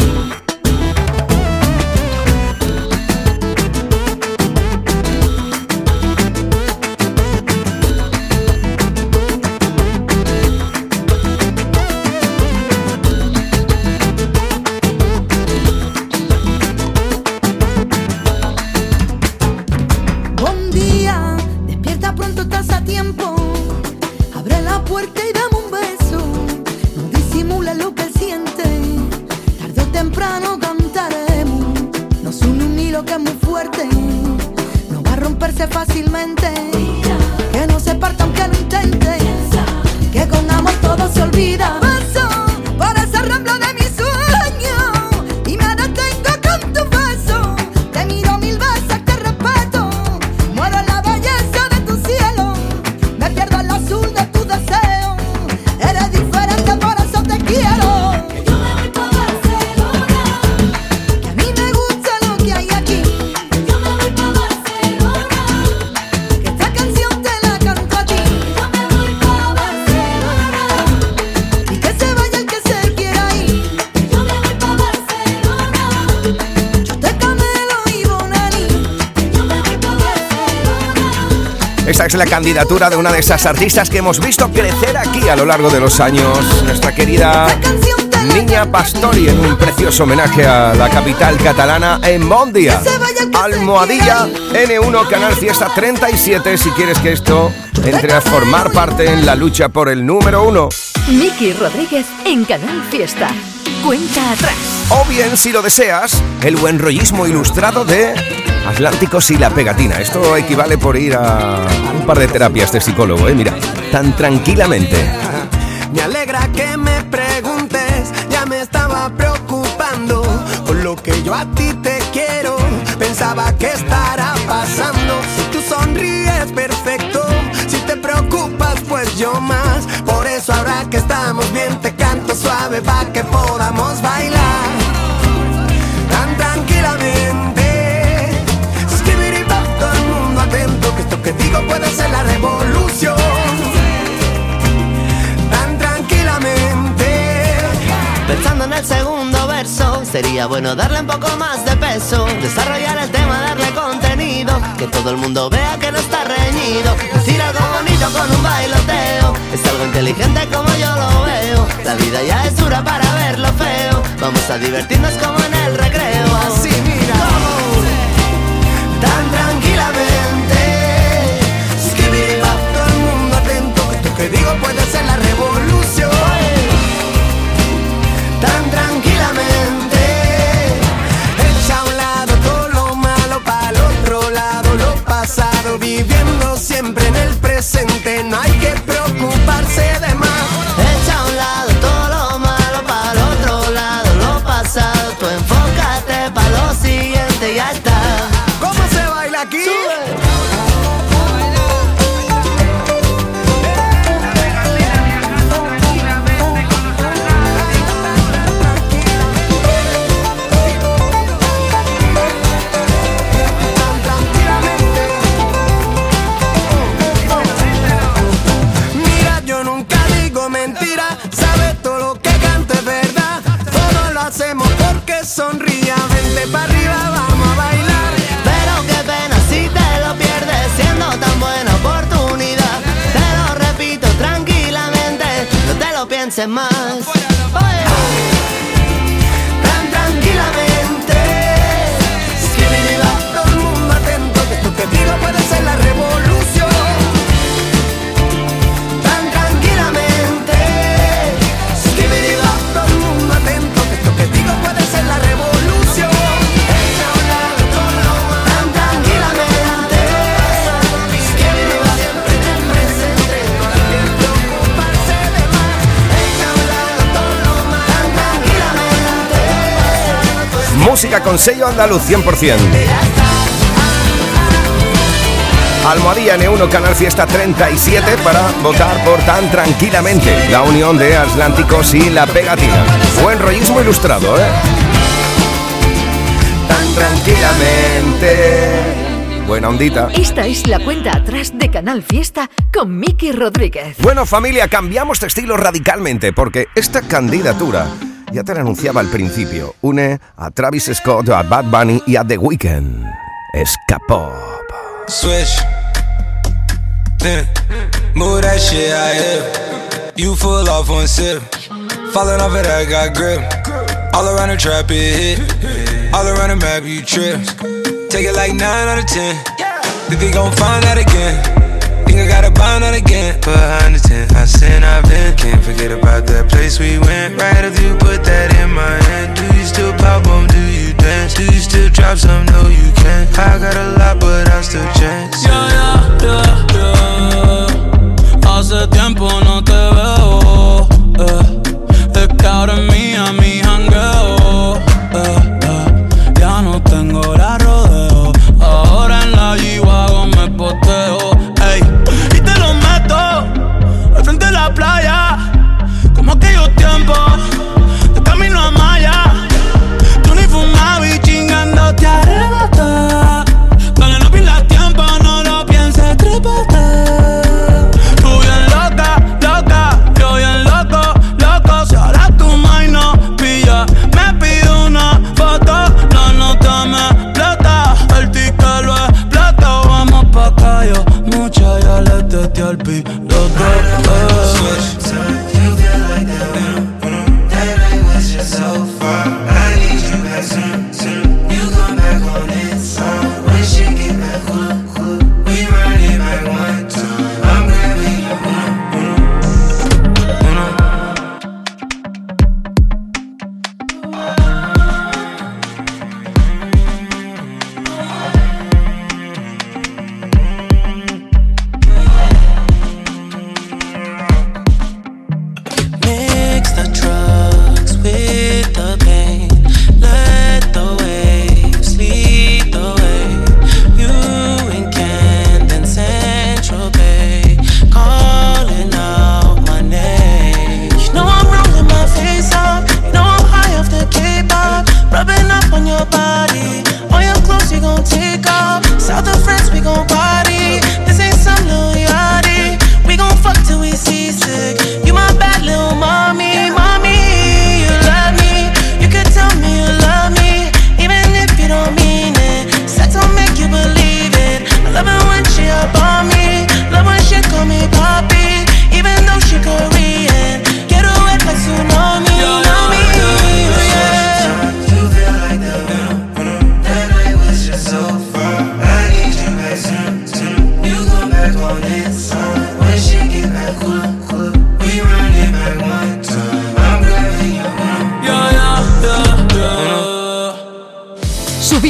[SPEAKER 14] Buen día, despierta pronto, estás a tiempo. Abre la puerta y dame un beso. No disimules lo que sientes. Tarde o temprano cantaremos. Nos une un hilo que es muy fuerte. No va a romperse fácilmente. Que no se parta aunque lo intente. Que con amor todo se olvida. Paso por ese ramblo de mis sueños y me detengo con tu beso. Te miro mil veces, te respeto. Muero en la belleza de tu cielo. Me pierdo en el azul de tu deseo. Eres diferente, por eso te quiero. Que yo me voy para Barcelona. Que a mí me gusta lo que hay aquí. Que yo me voy para Barcelona. Que esta canción te la canto a ti. Que yo me voy para Barcelona. Y que se vaya el que se quiera ir. Que yo me voy para Barcelona. Chute, Camelo y Bonani. Que yo me voy para Barcelona.
[SPEAKER 2] Esta es la candidatura de una de esas artistas que hemos visto crecer aquí a lo largo de los años. Nuestra querida Niña Pastori, en un precioso homenaje a la capital catalana en Mondia. Almohadilla N1 Canal Fiesta 37, si quieres que esto entre a formar parte en la lucha por el número 1.
[SPEAKER 1] Miki Rodríguez en Canal Fiesta. Cuenta atrás.
[SPEAKER 2] O bien, si lo deseas, el buen rollismo ilustrado de Atlánticos y la Pegatina. Esto equivale por ir a un par de terapias de psicólogo, mira, tan tranquilamente.
[SPEAKER 3] Me alegra que me preguntes, ya me estaba preocupando por lo que yo a ti te quiero. Pensaba que estará pasando. Si tú sonríes, perfecto. Si te preocupas, pues yo más. Por eso ahora que estamos bien, te canto suave pa' que podamos bailar tan tranquilamente. Skibidi-bop, todo el mundo atento, que esto que digo puede ser la revolución.
[SPEAKER 13] Pensando en el segundo verso, sería bueno darle un poco más de peso, desarrollar el tema, darle contenido, que todo el mundo vea que no está reñido. Decir algo bonito con un bailoteo, es algo inteligente como yo lo veo. La vida ya es dura para ver lo feo, vamos a divertirnos como en el recreo. Así mira, tan tranquilamente. Skibidi-bop, todo el mundo atento, que esto que digo puede ser la revolución. Tan tranquilamente, echa a un lado todo lo malo, pa'l otro lado lo pasado, viviendo siempre en el presente, no hay que preocuparse de más. Echa a un lado todo lo malo, pa'l otro lado lo pasado, tú enfócate pa' lo siguiente y ya está. ¿Cómo se baila aquí? Sube. Sonría, vente pa' arriba, vamos a bailar. Pero qué pena si te lo pierdes, siendo tan buena oportunidad. Te lo repito tranquilamente, no te lo pienses más. Oye. Tan tranquilamente. Skibidi-bop, todo el mundo atento, que esto que digo puede ser la revolución. Tan tranquilamente. Skibidi-bop, todo el mundo atento, que esto que digo puede ser la revolución. Echa a un lado todo lo malo, tan tranquilamente. Skibidi-bop, siempre en el presente, no hay que preocuparse de más. Echa a un lado todo lo malo, tan tranquilamente.
[SPEAKER 2] Música con sello andaluz 100%. Almohadilla N1 Canal Fiesta 37 para votar por Tan Tranquilamente, la unión de Atlánticos y la Pegatina. Buen rollismo ilustrado, Tan tranquilamente. Buena ondita.
[SPEAKER 1] Esta es la cuenta atrás de Canal Fiesta con Miki Rodríguez.
[SPEAKER 2] Bueno, familia, cambiamos de estilo radicalmente porque esta candidatura, ya te la anunciaba al principio, une a Travis Scott, a Bad Bunny y a The Weeknd. Escapó.
[SPEAKER 15] Switch, move that shit out here. You full off one sip, falling off of that got grip. All around the trap it hit, all around the map you trip. Take it like 9 out of 10. Think they gon' find out again. Think I gotta find out again. Behind the tent, I sin, I've been. Can't forget about that place we went. Right after you put that in my hand. Do you still pop on? Do you dance? Do you still drop some? No, you can't. I got a lot, but I still chance.
[SPEAKER 16] Yeah. Hace tiempo no te veo. Es que ahora es mía mi jangueo. Ya no tengo la rodeo. Ahora en la G-Wagon me posteo. Ey, y te lo meto al frente de la playa. Como aquellos tiempos de camino a Maya. Tú ni fumabas y chingando te arrebata.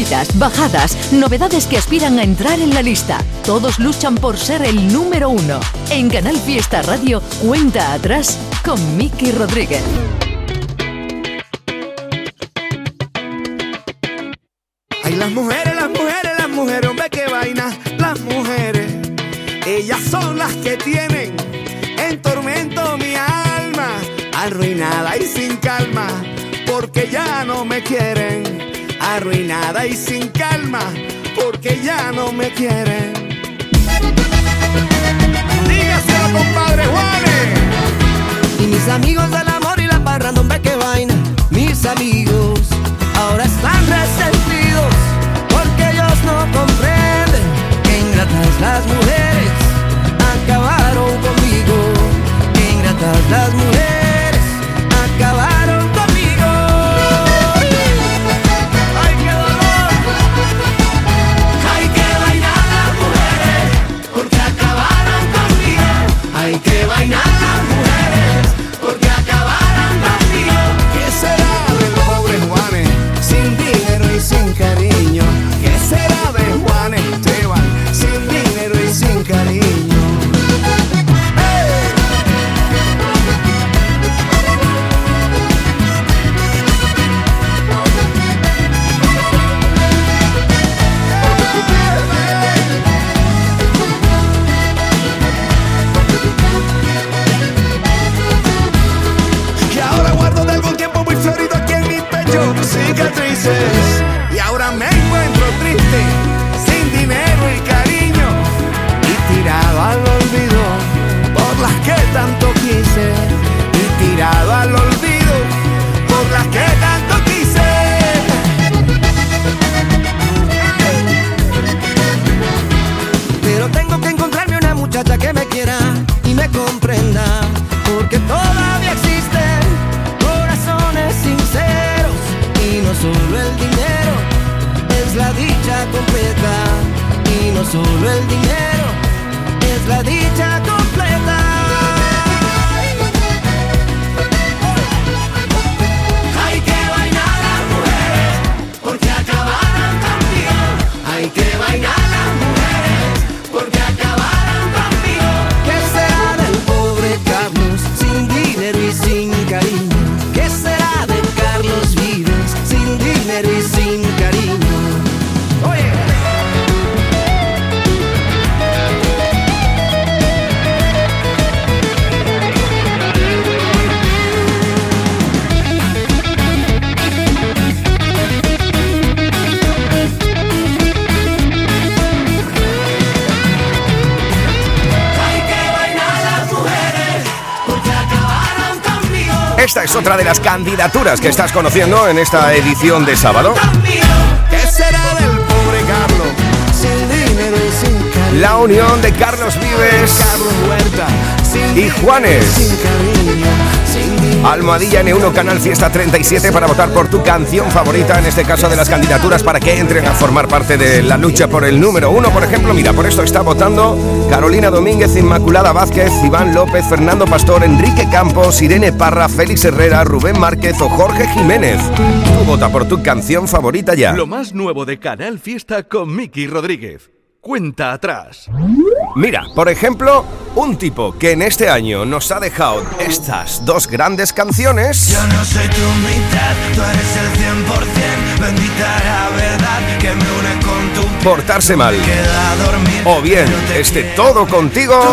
[SPEAKER 1] subidas, bajadas, novedades que aspiran a entrar en la lista. Todos luchan por ser el número 1. En Canal Fiesta Radio, cuenta atrás con Miki Rodríguez.
[SPEAKER 13] Ay, las mujeres, hombre, qué vaina. Las mujeres, ellas son las que tienen en tormento mi alma, arruinada y sin calma, porque ya no me quieren. Arruinada y sin calma, porque ya no me quieren. Dígaselo, compadre Juanes. Y mis amigos del amor y la parranda, hombre, qué vaina. Mis amigos ahora están resentidos, porque ellos no comprenden que ingratas las mujeres acabaron conmigo. Que ingratas las mujeres acabaron conmigo. Ay, qué dolor. Hay que bailar las mujeres, porque acabaron conmigo. Hay que bailar las mujeres, porque acabaron conmigo. ¿Qué será del pobre Juanes sin dinero y sin cariño? ¿Qué será de Juanes Esteban sin dinero y sin cariño? Cicatrices, y ahora me encuentro triste, sin dinero y cariño, y tirado al olvido por las que tanto quise, y tirado al olvido por las que tanto quise. Pero tengo que encontrarme una muchacha que me quiera y me comprenda, porque todavía existen corazones sinceros. Y no solo el dinero es la dicha completa. Y no solo el dinero es la dicha completa. Hay que bailar las mujeres, porque acabaron conmigo. Hay que bailar las mujeres, porque acabaron conmigo. ¿Qué será del pobre Carlos sin dinero y sin cariño? ¿Qué será de Carlos Vives sin dinero y sin cariño? Oye.
[SPEAKER 2] Esta es otra de las candidaturas que estás conociendo en esta edición de sábado.
[SPEAKER 13] ¿Qué será del pobre Carlos sin dinero y sin cariño?
[SPEAKER 2] La unión de Carlos Vives y Juanes. Almohadilla N1 Canal Fiesta 37 para votar por tu canción favorita, en este caso de las candidaturas, para que entren a formar parte de la lucha por el número 1. Por ejemplo, mira, por esto está votando Carolina Domínguez, Inmaculada Vázquez, Iván López, Fernando Pastor, Enrique Campos, Irene Parra, Félix Herrera, Rubén Márquez o Jorge Jiménez. Tú vota por tu canción favorita ya.
[SPEAKER 17] Lo más nuevo de Canal Fiesta con Miki Rodríguez. Cuenta atrás.
[SPEAKER 2] Mira, por ejemplo, un tipo que en este año nos ha dejado estas dos grandes canciones.
[SPEAKER 3] Yo no soy tu mitad, tú eres el 100%. Bendita la verdad que me une con tu
[SPEAKER 2] Portarse mal. O bien, este Todo Contigo.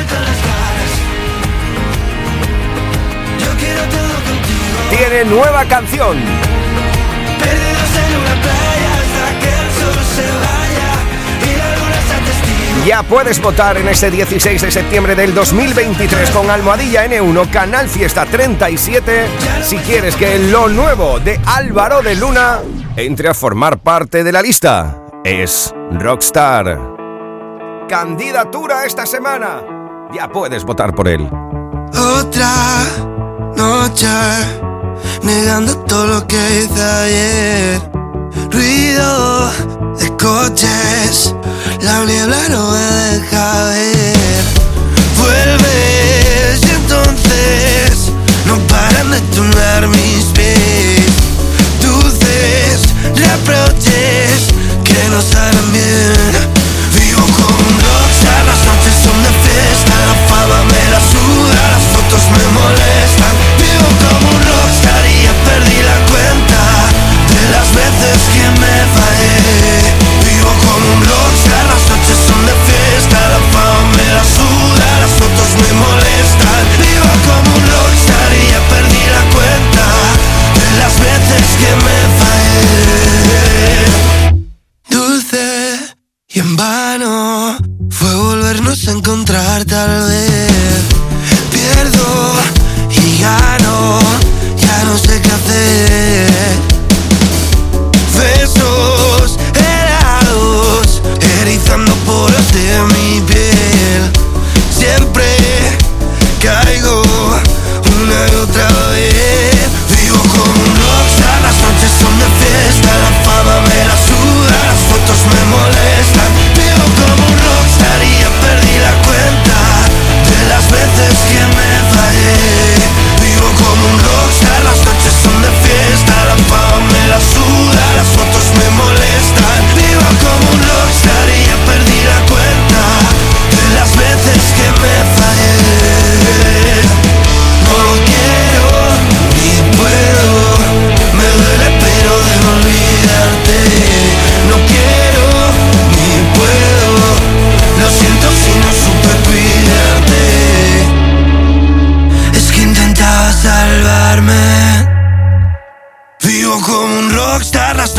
[SPEAKER 2] Tiene nueva canción.
[SPEAKER 3] Perdidos en una playa hasta que el sol se vaya y la luna sea testigo.
[SPEAKER 2] Ya puedes votar en este 16 de septiembre del 2023 con Almohadilla N1 Canal Fiesta 37 si quieres que lo nuevo de Álvaro de Luna entre a formar parte de la lista. Es Rockstar. Candidatura esta semana. Ya puedes votar por él.
[SPEAKER 3] Otra noche negando todo lo que hice ayer. Ruido de coches, la niebla no me deja ver. Vuelves y entonces no paran de tronar mis pies. Dulces reproches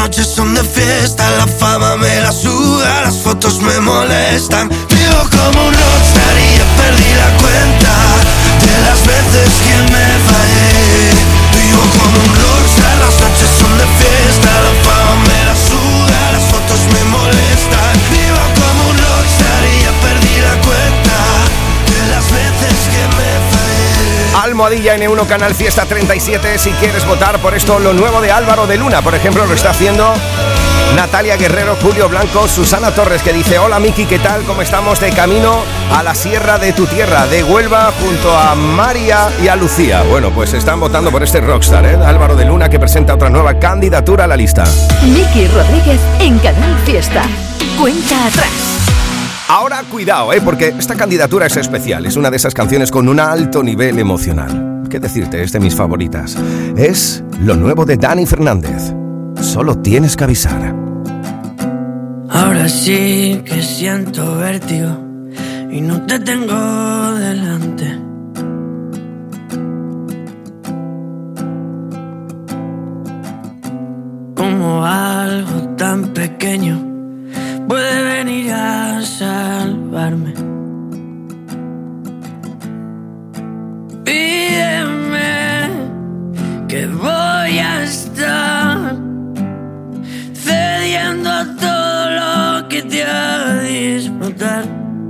[SPEAKER 13] noches son de fiesta, la fama me la suda, las fotos me molestan. Vivo como un rockstar y ya perdí la cuenta de las veces que me fallé. Vivo como un rockstar, las noches son de fiesta, la fama me la suda, las fotos me molestan. Vivo como un rockstar y ya perdí la cuenta de las veces que me fallé.
[SPEAKER 2] Almohadilla N1 Canal Fiesta 37. Si quieres votar por esto, lo nuevo de Álvaro de Luna, por ejemplo, lo está haciendo Natalia Guerrero, Julio Blanco, Susana Torres, que dice: hola Miki, ¿qué tal? ¿Cómo estamos? De camino a la sierra de tu tierra, de Huelva, junto a María y a Lucía. Bueno, pues están votando por este rockstar, Álvaro de Luna, que presenta otra nueva candidatura a la lista.
[SPEAKER 1] Miki Rodríguez en Canal Fiesta. Cuenta atrás.
[SPEAKER 2] Ahora cuidado, porque esta candidatura es especial. Es una de esas canciones con un alto nivel emocional. ¿Qué decirte? Es de mis favoritas. Es lo nuevo de Dani Fernández. Solo tienes que avisar.
[SPEAKER 7] Ahora sí que siento vértigo y no te tengo delante. Como algo tan pequeño puede venir a salvarme. Pídeme que voy a estar cediendo a todo lo que te haga disfrutar.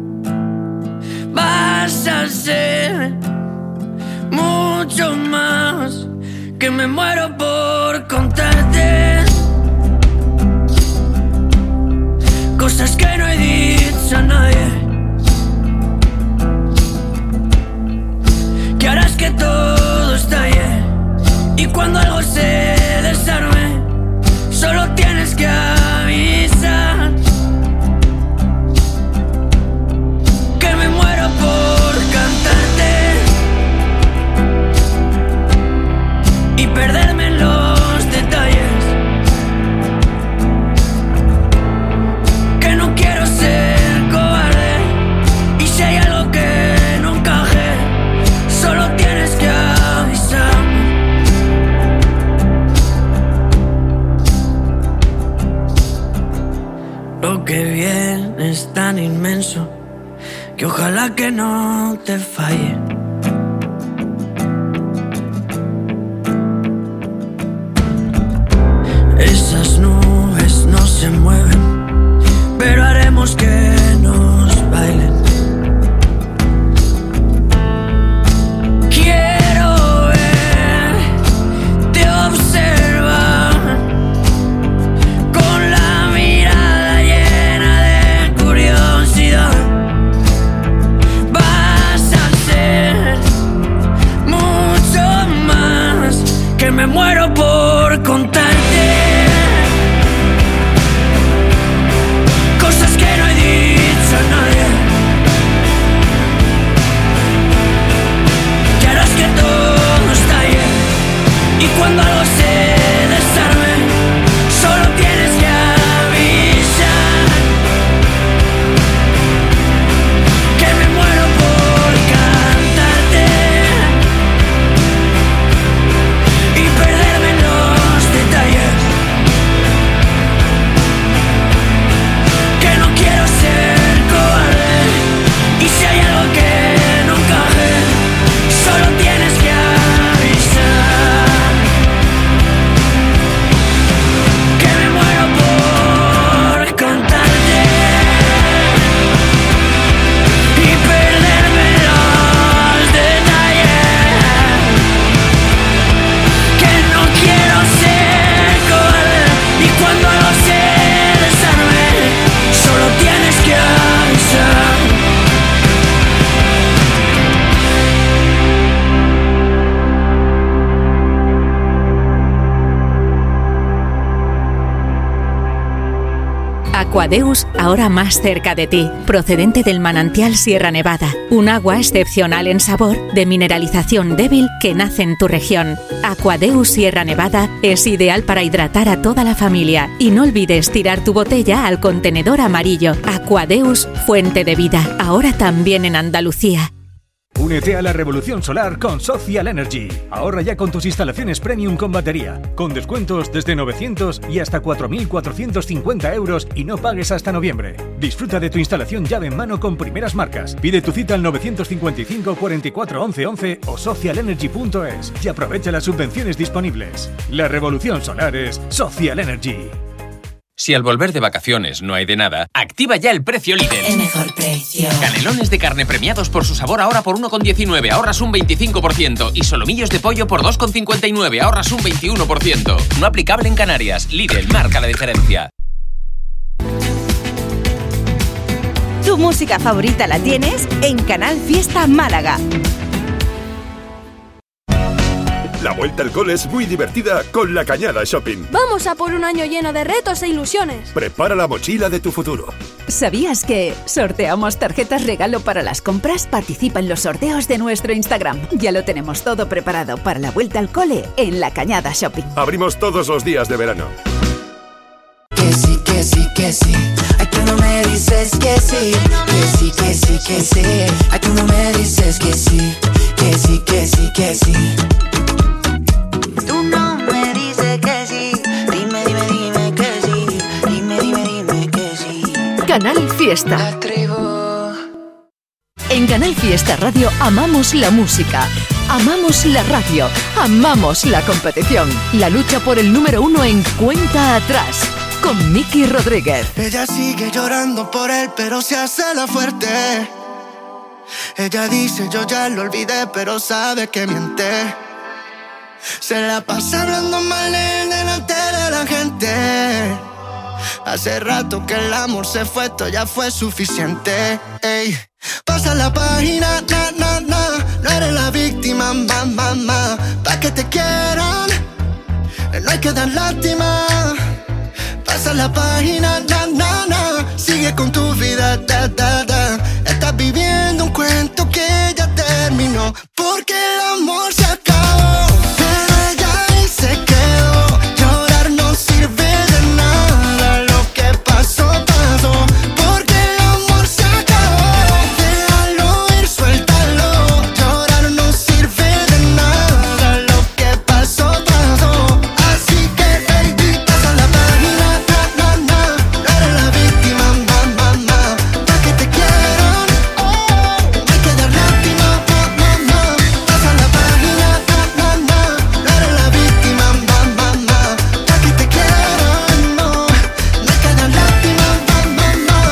[SPEAKER 7] Vas a ser mucho más que me muero por contarte. Cosas que no he dicho a nadie, que harás que todo estalle. Y cuando algo se desarme, solo tienes que avisar. Que me muero por cantarte y perderme en los detalles. Que no quiero ser cobarde, y si hay algo que no encaje, solo tienes que avisar. Lo que viene es tan inmenso que ojalá que no te falle. Esas nubes no se mueven, pero haremos que nos bailen. Quiero verte observar con la mirada llena de curiosidad. Vas a ser mucho más que me muero por contarte. Cosas que no he dicho a nadie, que harás que todo estalle. Y cuando algo se desarme, solo tienes que avisar. Que me muero por cantarte y perderme en los detalles. Que no quiero ser cobarde, y si hay algo que no encaje, solo tienes que avisar. Que me muero por contarte y perderme en los detalles. Que no quiero ser cobarde, y cuando algo se desarme, solo tienes que avisar.
[SPEAKER 18] Aquadeus, ahora más cerca de ti, procedente del manantial Sierra Nevada, un agua excepcional en sabor, de mineralización débil que nace en tu región. Aquadeus Sierra Nevada es ideal para hidratar a toda la familia, y no olvides tirar tu botella al contenedor amarillo. Aquadeus, fuente de vida, ahora también en Andalucía.
[SPEAKER 9] Únete a la revolución solar con Social Energy. Ahorra ya con tus instalaciones premium con batería, con descuentos desde 900 y hasta 4.450 euros y no pagues hasta noviembre. Disfruta de tu instalación llave en mano con primeras marcas. Pide tu cita al 955 44 11 11 o socialenergy.es y aprovecha las subvenciones disponibles. La revolución solar es Social Energy.
[SPEAKER 19] Si al volver de vacaciones no hay de nada, activa ya el precio Lidl.
[SPEAKER 20] El mejor precio.
[SPEAKER 19] Canelones de carne premiados por su sabor ahora por 1,19, ahorras un 25%. Y solomillos de pollo por 2,59, ahorras un 21%. No aplicable en Canarias. Lidl, marca la diferencia.
[SPEAKER 21] Tu música favorita la tienes en Canal Fiesta Málaga.
[SPEAKER 22] La vuelta al cole es muy divertida con La Cañada Shopping.
[SPEAKER 23] Vamos a por un año lleno de retos e ilusiones.
[SPEAKER 22] Prepara la mochila de tu futuro.
[SPEAKER 1] ¿Sabías que sorteamos tarjetas regalo para las compras? Participa en los sorteos de nuestro Instagram. Ya lo tenemos todo preparado para la vuelta al cole en La Cañada Shopping.
[SPEAKER 22] Abrimos todos los días de verano.
[SPEAKER 20] Que sí, que sí, que sí. Ay, tú no me dices que sí. Que sí, que sí, que sí. Ay, tú no me dices que sí. Que sí, que sí, que sí. Tú no me dices que sí. Dime, dime, dime que sí. Dime, dime, dime que sí.
[SPEAKER 1] Canal Fiesta. En Canal Fiesta Radio amamos la música, amamos la radio, amamos la competición. La lucha por el número 1 en Cuenta Atrás, con Miki Rodríguez.
[SPEAKER 13] Ella sigue llorando por él, pero se hace la fuerte. Ella dice yo ya lo olvidé, pero sabe que miente. Se la pasa hablando mal de él delante de la gente. Hace rato que el amor se fue, esto ya fue suficiente. Ey, pasa la página, na, na, na. No eres la víctima, ma, ma, ma. Pa' que te quieran, no hay que dar lástima. Pasa la página, na, na, na. Sigue con tu vida, da, da, da. Estás viviendo un cuento que ya terminó. Porque el amor se acabó, pero ella ahí se quedó. Llorar no sirve de nada. Lo que pasó, pasó. Porque el amor se acabó. Déjalo ir, suéltalo. Llorar no sirve de nada. Lo que pasó, pasó. Así que, baby, pasa la página, na, na, na. No eres la víctima, ma, ma, ma. Pa' que te quieran, oh, hay que dar lástima, ma, ma, ma. Pasa la página, na, na, na. No eres la víctima, ma, ma, ma. Pa' que te quieran, no, no hay que dar lástima, ma, ma, ma.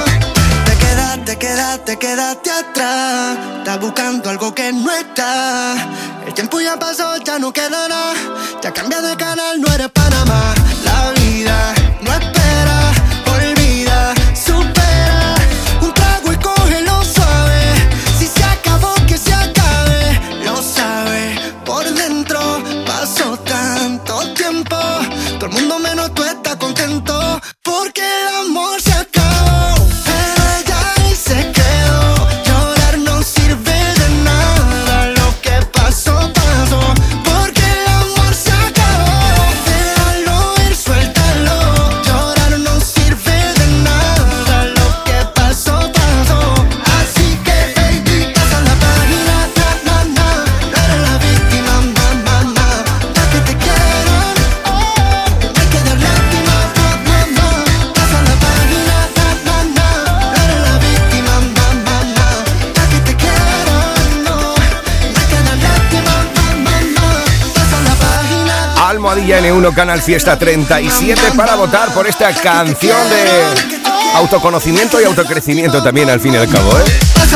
[SPEAKER 13] Te quedaste atrás. Estás buscando algo que no está. El tiempo ya pasó, ya no queda nada. Ya cambia de canal, no eres Panamá. La vida no espera, olvida, supera. Un trago y cógelo suave. Si se acabó, que se acabe. Lo sabe por dentro. Pasó tanto tiempo. Todo el mundo menos tú estás contento. Porque el amor se acabó, pero ella ahí se quedó. Llorar no sirve de nada. Lo que pasó, pasó. Porque el amor se acabó. Déjalo ir, suéltalo. Llorar no sirve de nada. Lo que pasó, pasó. Así que, baby, pasa la página, na, na, na. No eres la víctima, ma, ma, ma. Pa' que te quieran, oh, hay que dar lástima, ma, ma, ma. Pasa la página, na, na, na. No eres la víctima, ma, ma, ma. Pa' que te quieran, no, hay que dar lástima, ma, ma, ma. Pasa la página.
[SPEAKER 2] Almohadilla N1 Canal Fiesta 37 para votar por esta canción de autoconocimiento y autocrecimiento también al fin y al cabo, ¿eh?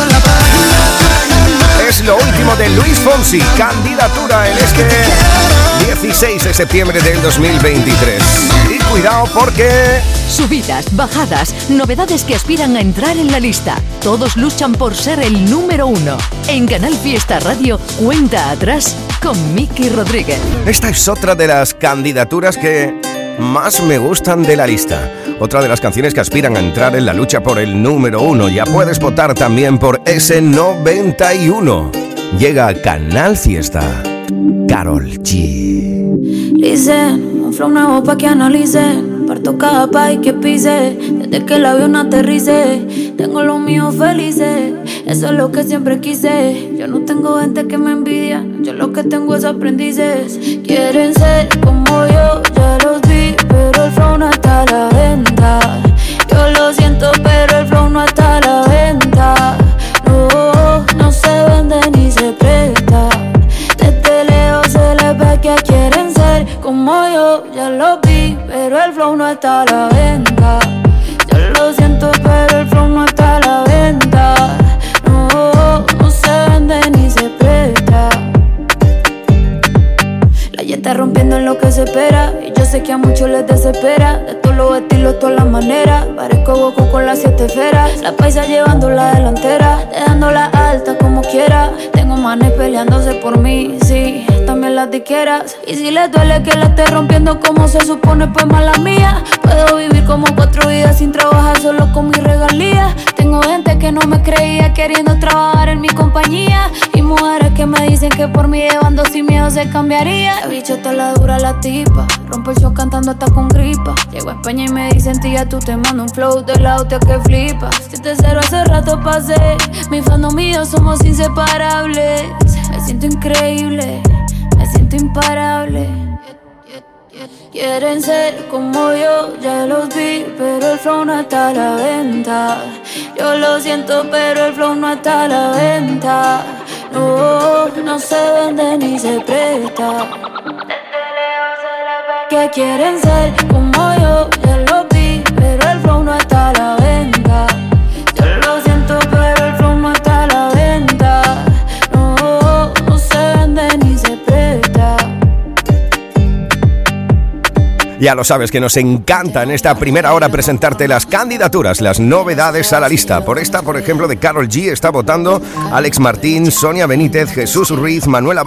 [SPEAKER 2] Es lo último de Luis Fonsi, candidatura en este 16 de septiembre del 2023. Y cuidado porque...
[SPEAKER 1] Subidas, bajadas, novedades que aspiran a entrar en la lista. Todos luchan por ser el número 1. En Canal Fiesta Radio, Cuenta Atrás con Miki Rodríguez.
[SPEAKER 2] Esta es otra de las candidaturas que más me gustan de la lista. Otra de las canciones que aspiran a entrar en la lucha por el número 1. Ya puedes votar también por ese 91. Llega a Canal Fiesta, Karol G.
[SPEAKER 24] Listen, un flow nuevo pa' que analicen.
[SPEAKER 4] Comparto cada país que pise, desde que el avión aterrice. Tengo los míos felices, eso es lo que siempre quise. Yo no tengo gente que me envidia, yo lo que tengo es aprendices. Quieren ser como yo, ya los vi, pero el flow no está a la venta. Yo lo siento, pero el flow no está a la venta. No, no se vende ni se presta. Desde lejos se les ve que quieren ser como yo, ya lo vi, pero el flow no está a la venta. Yo lo siento, pero el flow no está a la venta. No, no se vende ni se presta. La ya está rompiendo en lo que se espera, y yo sé que a muchos les desespera. De todos los estilos, todas las maneras, parezco Goku con las 7 esferas. La paisa llevando la delantera, dejándola alta como quiera. Tengo manes peleándose por mí, sí, también las diqueras. Y si les duele que la esté rompiendo como se supone, pues mala mía. Puedo vivir como 4 vidas sin trabajar, solo con mis regalías. Tengo gente que no me creía queriendo trabajar en mi compañía, y mujeres que me dicen que por mí llevando sin miedo se cambiaría. La bichota la dura la tipa, rompe el show cantando hasta con gripa. Llego a España y me dicen tía, tú te mando un flow de la hostia que flipa. 7-0 hace rato pasé, mi fandom y yo somos inseparables. Me siento increíble, me siento imparable. Quieren ser como yo, ya los vi, pero el flow no está a la venta. Yo lo siento, pero el flow no está a la venta. No, no se vende ni se presta. Que quieren ser como yo, ya los vi, pero el flow no está a la venta. Yo lo siento, pero el flow no está a la venta. No, no se vende ni se presta.
[SPEAKER 2] Ya lo sabes que nos encanta en esta primera hora presentarte las candidaturas, las novedades a la lista. Por esta, por ejemplo, de Karol G está votando Alex Martín, Sonia Benítez, Jesús Ruiz, Manuela